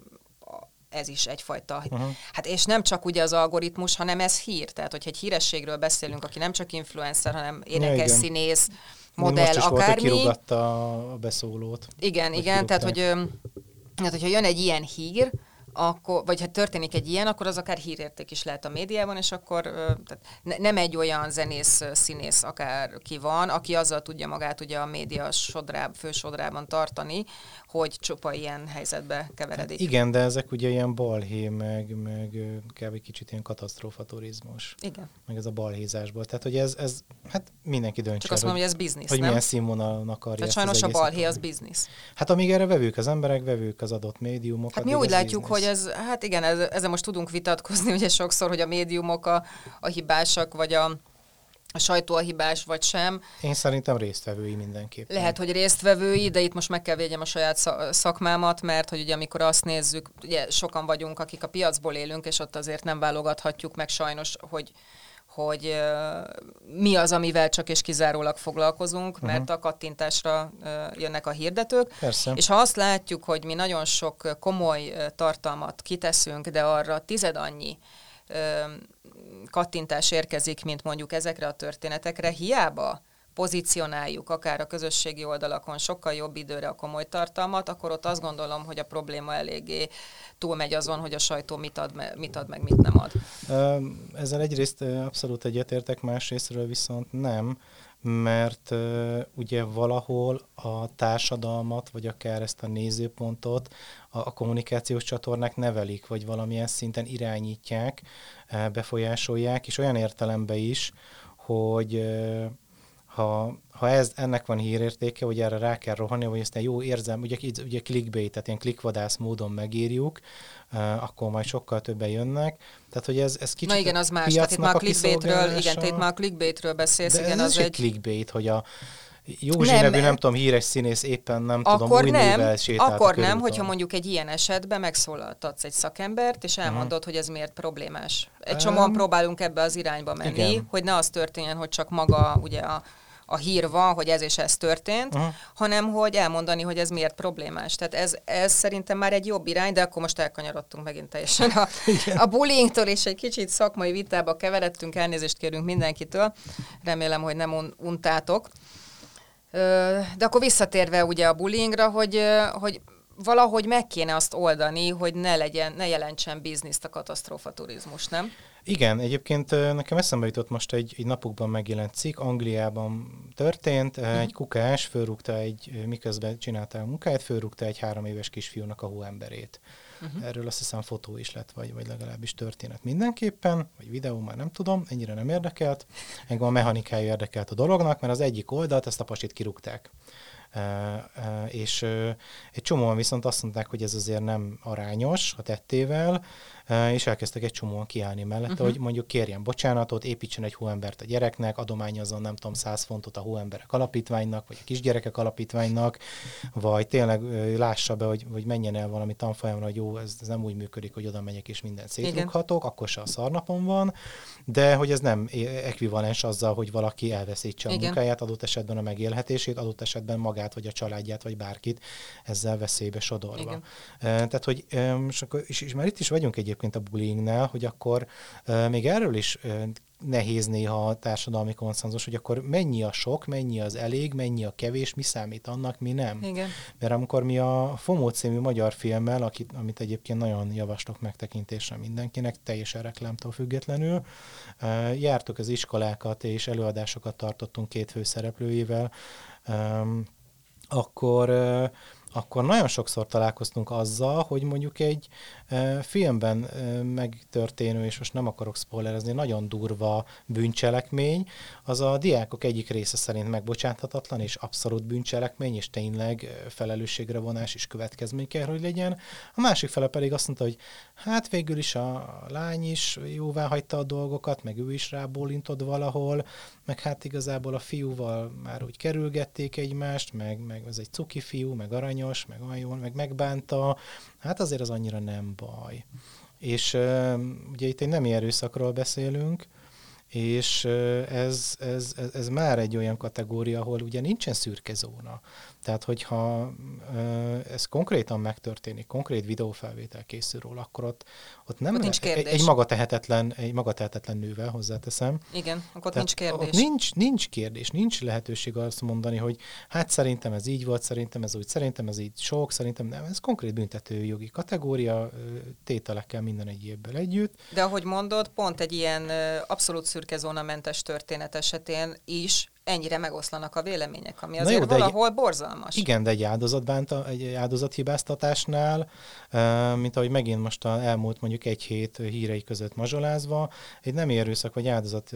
ez is egyfajta. Uh-huh. Hát és nem csak ugye az algoritmus, hanem ez hír. Tehát, hogyha egy hírességről beszélünk, aki nem csak influencer, hanem énekes, ja, színész, modell, most is akármi. Volt, kirúgatta a beszólót. Igen, igen, tehát, hogy, hát, hogyha jön egy ilyen hír, akkor, vagy ha történik egy ilyen, akkor az akár hírérték is lehet a médiában, és akkor tehát ne, nem egy olyan zenész, színész akárki van, aki azzal tudja magát ugye a média sodráb, fősodrában tartani, hogy csupa ilyen helyzetbe keveredik. Hát igen, de ezek ugye ilyen balhé, meg, meg kb. Kicsit ilyen katasztrófaturizmus. Igen. Meg ez a balhézásból. Tehát, hogy ez, ez hát mindenki döntse. Csak azt mondom, hogy ez biznisz, hogy nem? milyen színvonalon akarja. Tehát sajnos a balhé az biznisz. Hát amíg erre vevők az emberek, vevők az adott médiumok. Hát mi úgy látjuk, business. Hogy ez, hát igen, ez, ezzel most tudunk vitatkozni, ugye sokszor, hogy a médiumok a, a hibásak, vagy a, a sajtó a hibás, vagy sem. Én szerintem résztvevői mindenképpen. Lehet, hogy résztvevői, de itt most meg kell védjem a saját szakmámat, mert hogy ugye amikor azt nézzük, ugye sokan vagyunk, akik a piacból élünk, és ott azért nem válogathatjuk meg sajnos, hogy hogy uh, mi az, amivel csak és kizárólag foglalkozunk, mert uh-huh. a kattintásra uh, jönnek a hirdetők. Persze. És ha azt látjuk, hogy mi nagyon sok komoly uh, tartalmat kiteszünk, de arra tized annyi uh, kattintás érkezik, mint mondjuk ezekre a történetekre, hiába pozícionáljuk akár a közösségi oldalakon sokkal jobb időre a komoly tartalmat, akkor ott azt gondolom, hogy a probléma eléggé túlmegy azon, hogy a sajtó mit ad, mit ad meg, mit nem ad. Ezzel egyrészt abszolút egyetértek, másrésztről viszont nem, mert uh, ugye valahol a társadalmat, vagy akár ezt a nézőpontot a, a kommunikációs csatornák nevelik, vagy valamilyen szinten irányítják, uh, befolyásolják, és olyan értelemben is, hogy uh, ha, ha ez, ennek van hírértéke, hogy erre rá kell rohanni, vagy aztán jó érzem, ugye, ugye clickbait, tehát ilyen klikkvadász módon megírjuk, uh, akkor majd sokkal többen jönnek. Tehát, hogy ez, ez kicsit Na igen, az más. Tehát itt már a clickbaitről, igen, itt már a clickbaitről beszélsz. De igen, ez az egy clickbait, hogy a Józsi nem, nevű, nem tudom, híres színész éppen nem tudom, új névvel sétált Akkor nem, hogyha mondjuk egy ilyen esetben megszólaltatsz egy szakembert, és elmondod, uh-huh. hogy ez miért problémás. Egy csomóan um, próbálunk ebbe az irányba menni, igen. hogy ne az történjen, hogy csak maga ugye a a hír van, hogy ez és ez történt, uh-huh. hanem hogy elmondani, hogy ez miért problémás. Tehát ez, ez szerintem már egy jobb irány, de akkor most elkanyarodtunk megint teljesen a, a bullyingtól, és egy kicsit szakmai vitába keveredtünk, elnézést kérünk mindenkitől. Remélem, hogy nem un- untátok. De akkor visszatérve ugye a bullyingra, hogy, hogy valahogy meg kéne azt oldani, hogy ne legyen, ne jelentsen bizniszt a katasztrófaturizmus, nem? Igen, egyébként nekem eszembe jutott most egy, egy napokban megjelent cikk, Angliában történt, uh-huh. egy kukás fölrúgta egy, miközben csinálta a munkáját, fölrúgta egy három éves kisfiúnak a hóemberét. Uh-huh. Erről azt hiszem fotó is lett, vagy, vagy legalábbis történet mindenképpen, vagy videó, már nem tudom, ennyire nem érdekelt. Engem a mechanikája érdekelt a dolognak, mert az egyik oldalt, ezt a pasit kirúgták. Uh, uh, és uh, egy csomóan viszont azt mondták, hogy ez azért nem arányos a tettével, és elkezdtek egy csomóan kiállni mellette, uh-huh. hogy mondjuk kérjen bocsánatot, építsen egy hóembert a gyereknek, adományozzon nem tudom száz fontot a Hóemberek Alapítványnak, vagy a Kisgyerekek Alapítványnak, vagy tényleg lássa be, hogy, hogy menjen el valami tanfolyamra, hogy jó, ez, ez nem úgy működik, hogy oda megyek és mindent szétrughatok, akkor se a szarnapon van, de hogy ez nem ekvivalens azzal, hogy valaki elveszítse a Igen. munkáját, adott esetben a megélhetését, adott esetben magát, vagy a családját, vagy bárkit ezzel veszélybe sodorva. Igen. Tehát, hogy és, akkor, és, és már itt is vagyunk egyébként a bullyingnál, hogy akkor még erről is nehéz néha a társadalmi konszenzus, hogy akkor mennyi a sok, mennyi az elég, mennyi a kevés, mi számít annak, mi nem. Igen. Mert amikor mi a FOMO című magyar filmmel, akit, amit egyébként nagyon javaslok megtekintésre mindenkinek, teljesen reklámtól függetlenül, jártuk az iskolákat, és előadásokat tartottunk két főszereplőjével, akkor akkor nagyon sokszor találkoztunk azzal, hogy mondjuk egy e, filmben e, megtörténő, és most nem akarok spoilerezni, nagyon durva bűncselekmény, az a diákok egyik része szerint megbocsáthatatlan, és abszolút bűncselekmény, és tényleg felelősségre vonás és következmény kell, hogy legyen. A másik fele pedig azt mondta, hogy hát végül is a lány is jóvá hagyta a dolgokat, meg ő is rábólintott valahol, meg hát igazából a fiúval már úgy kerülgették egymást, meg, meg az egy cuki fiú, meg aranyos, meg olyan jól, meg megbánta, hát azért az annyira nem baj. És uh, ugye itt egy nemi erőszakról beszélünk, és uh, ez, ez, ez, ez már egy olyan kategória, ahol ugye nincsen szürke zóna. Tehát, hogyha uh, ez konkrétan megtörténik, konkrét videófelvétel készül róla, akkor ott, ott nem ott egy, egy magatehetetlen, egy magatehetetlen nővel hozzáteszem. Igen, akkor nincs kérdés. Ott nincs, nincs kérdés, nincs lehetőség azt mondani, hogy hát szerintem ez így volt, szerintem ez úgy, szerintem ez így sok, szerintem nem. Ez konkrét büntető jogi kategória, tételekkel minden egyébből együtt. De ahogy mondod, pont egy ilyen abszolút szürkezónamentes történet esetén is ennyire megoszlanak a vélemények, ami azért jó, valahol egy, borzalmas. Igen, de egy áldozatvánta, egy áldozathibáztatásnál, mint ahogy megint most a elmúlt mondjuk egy hét hírei között mazsolázva, egy nemi erőszak vagy áldozat,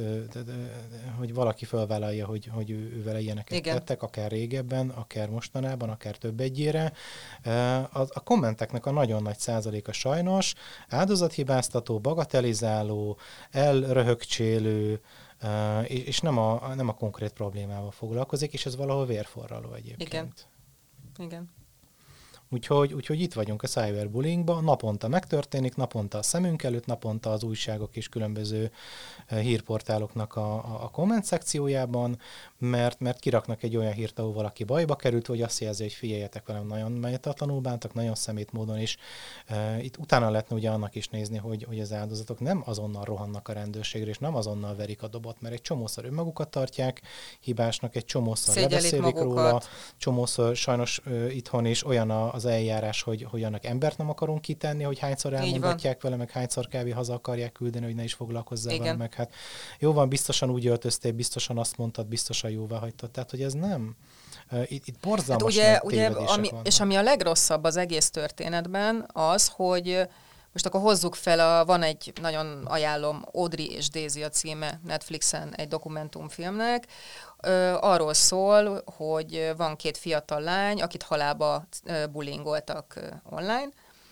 hogy valaki felvállalja, hogy, hogy ő, ő vele ilyeneket Igen. tettek, akár régebben, akár mostanában, akár több egyére. A, a kommenteknek a nagyon nagy százaléka sajnos áldozathibáztató, bagatelizáló, elröhögcsélő, Uh, és, és nem, a, nem a konkrét problémával foglalkozik, és ez valahol vérforraló egyébként. Igen. Igen. Úgyhogy, úgyhogy itt vagyunk a cyberbullyingban, naponta megtörténik, naponta a szemünk előtt, naponta az újságok és különböző hírportáloknak a, a, a komment szekciójában, mert, mert kiraknak egy olyan hírt, ahol valaki bajba került, hogy azt jelzi, hogy figyeljetek velem, nagyon méltatlanul bántak, nagyon szemét módon is. E, itt utána lehetne ugye annak is nézni, hogy, hogy az áldozatok nem azonnal rohannak a rendőrségre, és nem azonnal verik a dobot, mert egy csomószor önmagukat tartják hibásnak, egy csomószor lebeszélik róla, csomószor sajnos e, itthon is olyan a, az eljárás, hogy, hogy annak embert nem akarunk kitenni, hogy hányszor elmondatják vele, meg hányszor kávé haza akarják küldeni, hogy ne is foglalkozzál vele, meg hát jó van, biztosan úgy öltöztél, biztosan azt mondtad, biztosan jóvá hagytad. Tehát, hogy ez nem. Itt, itt borzalmas hát ugye, ugye, ami, és ami a legrosszabb az egész történetben az, hogy most akkor hozzuk fel, a, van egy nagyon ajánlom, Audrey és Daisy a címe Netflixen egy dokumentumfilmnek. Ö, arról szól, hogy van két fiatal lány, akit halálba bullyingoltak online.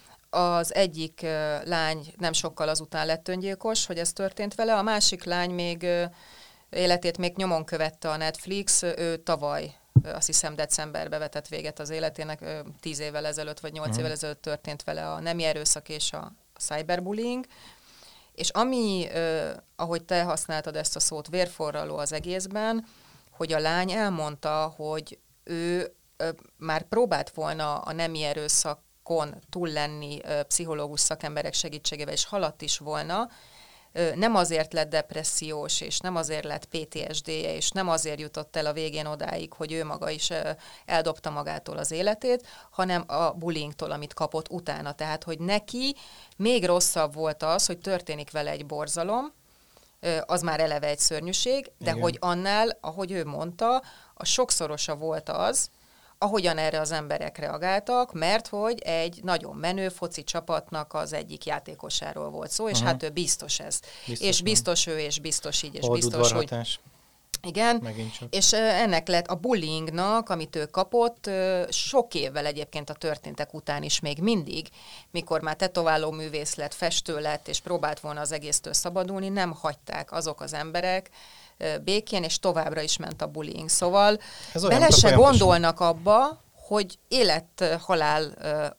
Az egyik uh, lány nem sokkal azután lett öngyilkos, hogy ez történt vele, a másik lány még uh, életét még nyomon követte a Netflix, ő tavaly, uh, azt hiszem decemberbe vetett véget az életének, uh, tíz évvel ezelőtt vagy nyolc uh-huh. évvel ezelőtt történt vele a nemi erőszak és a, a cyberbullying, és ami, uh, ahogy te használtad ezt a szót, vérforraló az egészben, hogy a lány elmondta, hogy ő uh, már próbált volna a nemi erőszak túl lenni pszichológus szakemberek segítségével, és haladt is volna, nem azért lett depressziós, és nem azért lett pé té es dé-je, és nem azért jutott el a végén odáig, hogy ő maga is eldobta magától az életét, hanem a bullyingtól, amit kapott utána. Tehát, hogy neki még rosszabb volt az, hogy történik vele egy borzalom, az már eleve egy szörnyűség, de Igen. hogy annál, ahogy ő mondta, a sokszorosa volt az, ahogyan erre az emberek reagáltak, mert hogy egy nagyon menő foci csapatnak az egyik játékosáról volt szó, és uh-huh. hát ő biztos ez. Biztos és biztos van. Ő, és biztos így, és Old biztos, hogy... Igen, és ennek lett a bullyingnak, amit ő kapott, sok évvel egyébként a történtek után is még mindig, mikor már tetováló művész lett, festő lett, és próbált volna az egésztől szabadulni, nem hagyták azok az emberek békén, és továbbra is ment a bullying. Szóval bele se gondolnak abba, hogy élet-halál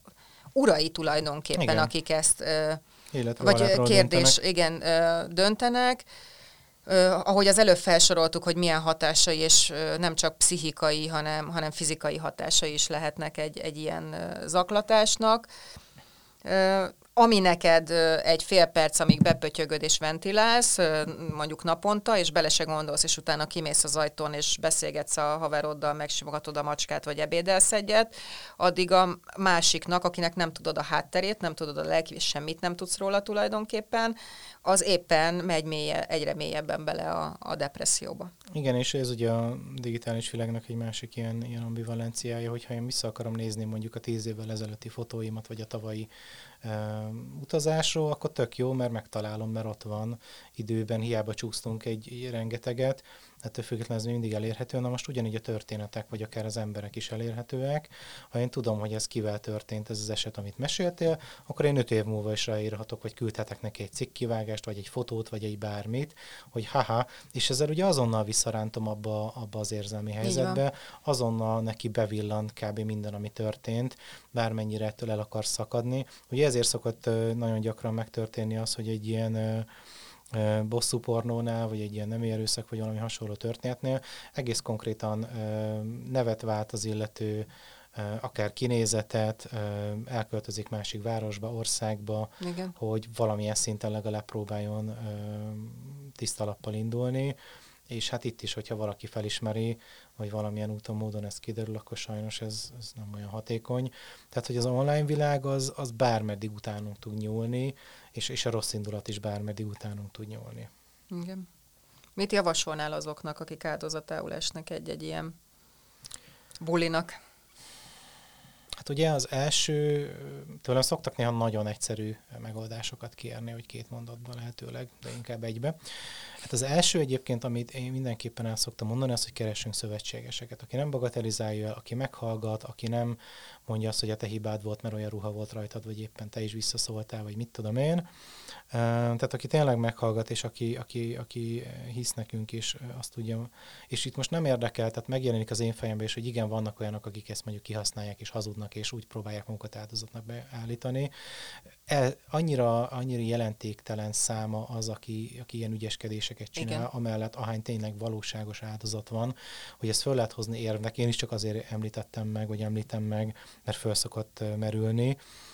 urai tulajdonképpen, igen. akik ezt, vagy kérdés, döntenek. igen, döntenek. Uh, ahogy az előbb felsoroltuk, hogy milyen hatásai, és uh, nem csak pszichikai, hanem, hanem fizikai hatásai is lehetnek egy, egy ilyen uh, zaklatásnak. Uh, ami neked uh, egy fél perc, amíg bepötyögöd és ventilálsz, uh, mondjuk naponta, és bele se gondolsz, és utána kimész az ajtón, és beszélgetsz a haveroddal, megsimogatod a macskát, vagy ebédelsz egyet, addig a másiknak, akinek nem tudod a hátterét, nem tudod a lelki, és semmit nem tudsz róla tulajdonképpen, az éppen megy mélye, egyre mélyebben bele a, a depresszióba. Igen, és ez ugye a digitális világnak egy másik ilyen, ilyen ambivalenciája, hogyha én vissza akarom nézni mondjuk a tíz évvel ezelőtti fotóimat, vagy a tavalyi uh, utazásról, akkor tök jó, mert megtalálom, mert ott van időben, hiába csúsztunk egy, egy rengeteget, ettől függetlenül ez mindig elérhető, na most ugyanígy a történetek, vagy akár az emberek is elérhetőek. Ha én tudom, hogy ez kivel történt, ez az eset, amit meséltél, akkor én öt év múlva is ráírhatok, vagy küldhetek neki egy cikkkivágást, vagy egy fotót, vagy egy bármit, hogy haha, és ezzel ugye azonnal visszarántom abba, abba az érzelmi helyzetbe, azonnal neki bevillant kb. Minden, ami történt, bármennyire ettől el akar szakadni. Ugye ezért szokott nagyon gyakran megtörténni az, hogy egy ilyen bosszú pornónál, vagy egy ilyen nemi erőszak, vagy valami hasonló történetnél egész konkrétan nevet vált az illető, akár kinézetet, elköltözik másik városba, országba, igen. hogy valamilyen szinten legalább próbáljon tiszta lappal indulni, és hát itt is, hogyha valaki felismeri, vagy valamilyen úton, módon ez kiderül, akkor sajnos ez, ez nem olyan hatékony. Tehát, hogy az online világ az, az bármeddig utánunk tud nyúlni, és, és a rossz indulat is bármeddig utánunk tud nyúlni. Igen. Mit javasolnál azoknak, akik áldozatául esnek egy-egy ilyen bulinak? Hát ugye az első, tőlem szoktak néha nagyon egyszerű megoldásokat kérni, hogy két mondatban lehetőleg, de inkább egybe. Hát az első egyébként, amit én mindenképpen el szoktam mondani, az, hogy keressünk szövetségeseket. Aki nem bagatelizálja el, aki meghallgat, aki nem mondja azt, hogy a te hibád volt, mert olyan ruha volt rajtad, vagy éppen te is visszaszóltál, vagy mit tudom én. Tehát aki tényleg meghallgat, és aki, aki, aki hisz nekünk, és azt tudja, és itt most nem érdekel, tehát megjelenik az én fejemben is, hogy igen, vannak olyanok, akik ezt mondjuk kihasználják, és hazudnak, és úgy próbálják magukat áldozatnak beállítani. El, annyira, annyira jelentéktelen száma az, aki, aki ilyen ügyeskedéseket csinál, igen. amellett ahány tényleg valóságos áldozat van, hogy ezt föl lehet hozni érvnek. Én is csak azért említettem meg, vagy említem meg, mert föl szokott merülni,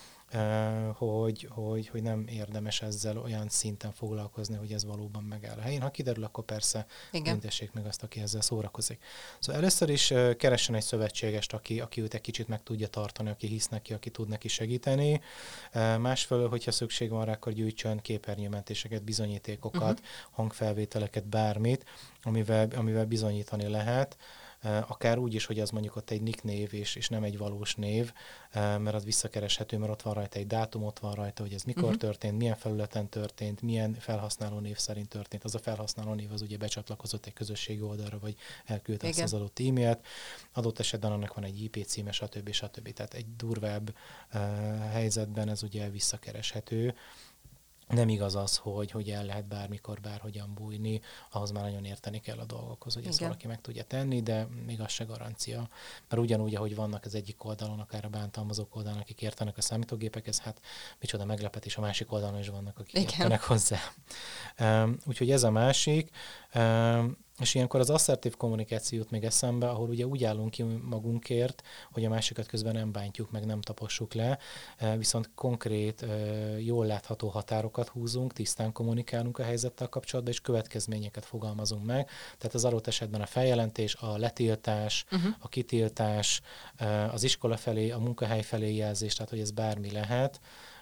hogy, hogy, hogy nem érdemes ezzel olyan szinten foglalkozni, hogy ez valóban megáll a helyén. Ha kiderül, akkor persze büntessék meg azt, aki ezzel szórakozik. Szóval először is keressen egy szövetségest, aki, aki őt egy kicsit meg tudja tartani, aki hisz neki, aki tud neki segíteni. Másfelől, hogyha szükség van rá, akkor gyűjtsön képernyőmentéseket, bizonyítékokat, uh-huh. hangfelvételeket, bármit, amivel, amivel bizonyítani lehet. Akár úgy is, hogy az mondjuk ott egy nicknév és, és nem egy valós név, mert az visszakereshető, mert ott van rajta egy dátum, ott van rajta, hogy ez mikor uh-huh. történt, milyen felületen történt, milyen felhasználó név szerint történt. Az a felhasználó név az ugye becsatlakozott egy közösségi oldalra, vagy elküldte azt az adott e-mailt. Adott esetben annak van egy i pé címe, stb. stb. Tehát egy durvább uh, helyzetben ez ugye visszakereshető. Nem igaz az, hogy, hogy el lehet bármikor, bárhogyan bújni, ahhoz már nagyon érteni kell a dolgokhoz, hogy ezt valaki meg tudja tenni, de még az se garancia. Mert ugyanúgy, ahogy vannak az egyik oldalon, akár a bántalmazók oldalon, akik értenek a számítógépekhez, hát micsoda meglepetés, a másik oldalon is vannak, akik igen. értenek hozzá. Um, úgyhogy ez a másik. Um, És ilyenkor az asszertív kommunikációt még eszembe, ahol ugye úgy állunk ki magunkért, hogy a másikat közben nem bántjuk meg, nem tapossuk le, viszont konkrét, jól látható határokat húzunk, tisztán kommunikálunk a helyzettel kapcsolatban, és következményeket fogalmazunk meg. Tehát az adott esetben a feljelentés, a letiltás, uh-huh. a kitiltás, az iskola felé, a munkahely felé jelzés, tehát hogy ez bármi lehet.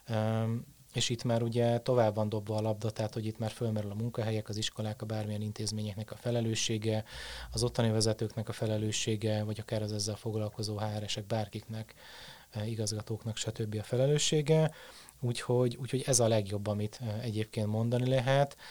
És itt már ugye tovább van dobva a labda, tehát hogy itt már fölmerül a munkahelyek, az iskolák, a bármilyen intézményeknek a felelőssége, az ottani vezetőknek a felelőssége, vagy akár az ezzel foglalkozó há er esek, bárkiknek, igazgatóknak, stb. A felelőssége. Úgyhogy, úgyhogy ez a legjobb, amit egyébként mondani lehet.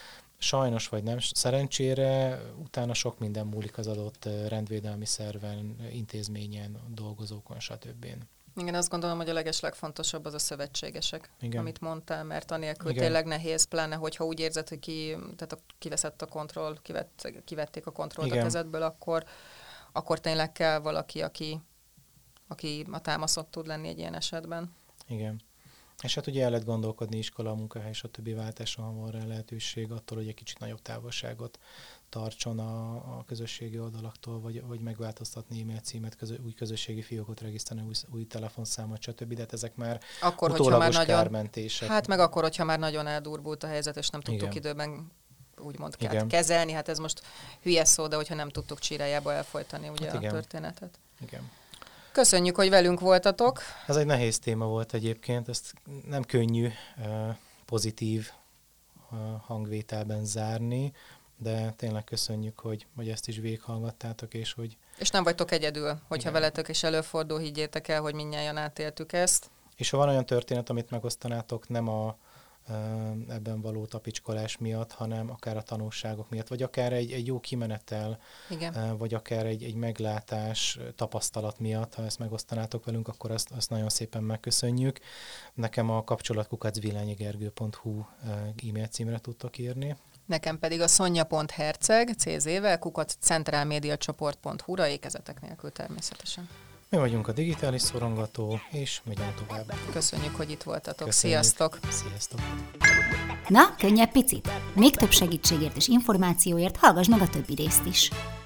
sajnos vagy nem, szerencsére utána sok minden múlik az adott rendvédelmi szerven, intézményen, dolgozókon, stb. Igen, azt gondolom, hogy a legeslegfontosabb az a szövetségesek, igen. amit mondtál, mert anélkül igen. tényleg nehéz, pláne, hogyha úgy érzed, hogy ki, tehát a, kiveszett a kontroll, kivett, kivették a kontrollt igen. a kezedből, akkor, akkor tényleg kell valaki, aki, aki a támasztott tud lenni egy ilyen esetben. Igen. És hát ugye el lehet gondolkodni iskola, munkahely, stb. Váltásra, ha van rá lehetőség, attól, hogy egy kicsit nagyobb távolságot tartson a, a közösségi oldalaktól, vagy, vagy megváltoztatni e-mail címet, közö, új közösségi fiókot regisztrálni, új, új telefonszámot, stb. De hát ezek már akkor, utólagos már kármentések. Nagyon, hát meg akkor, hogyha már nagyon eldurvult a helyzet, és nem tudtuk igen. időben úgymond kell kezelni, hát ez most hülye szó, de hogyha nem tudtuk csírájába elfolytani ugye hát a történetet. Igen. Köszönjük, hogy velünk voltatok. Ez egy nehéz téma volt egyébként, ezt nem könnyű pozitív hangvételben zárni, de tényleg köszönjük, hogy, hogy ezt is végighallgattátok, és hogy... És nem vagytok egyedül, hogyha igen. veletek is előfordul, higgyétek el, hogy mindnyájan átéltük ezt. És ha van olyan történet, amit megosztanátok, nem a ebben való tapicskolás miatt, hanem akár a tanulságok miatt, vagy akár egy, egy jó kimenetel, igen. vagy akár egy, egy meglátás, tapasztalat miatt, ha ezt megosztanátok velünk, akkor azt, azt nagyon szépen megköszönjük. Nekem a kapcsolatkukac villányigergő pont hu e-mail címre tudtok írni. Nekem pedig a szonya pont herceg cé zével kukac centrálmédiacsoport pont hu-ra ékezetek nélkül természetesen. Mi vagyunk a Digitális Szorongató, és megyünk tovább. Köszönjük, hogy itt voltatok. Köszönjük. Sziasztok! Sziasztok! Na, könnyebb picit? Még több segítségért és információért hallgass meg a többi részt is.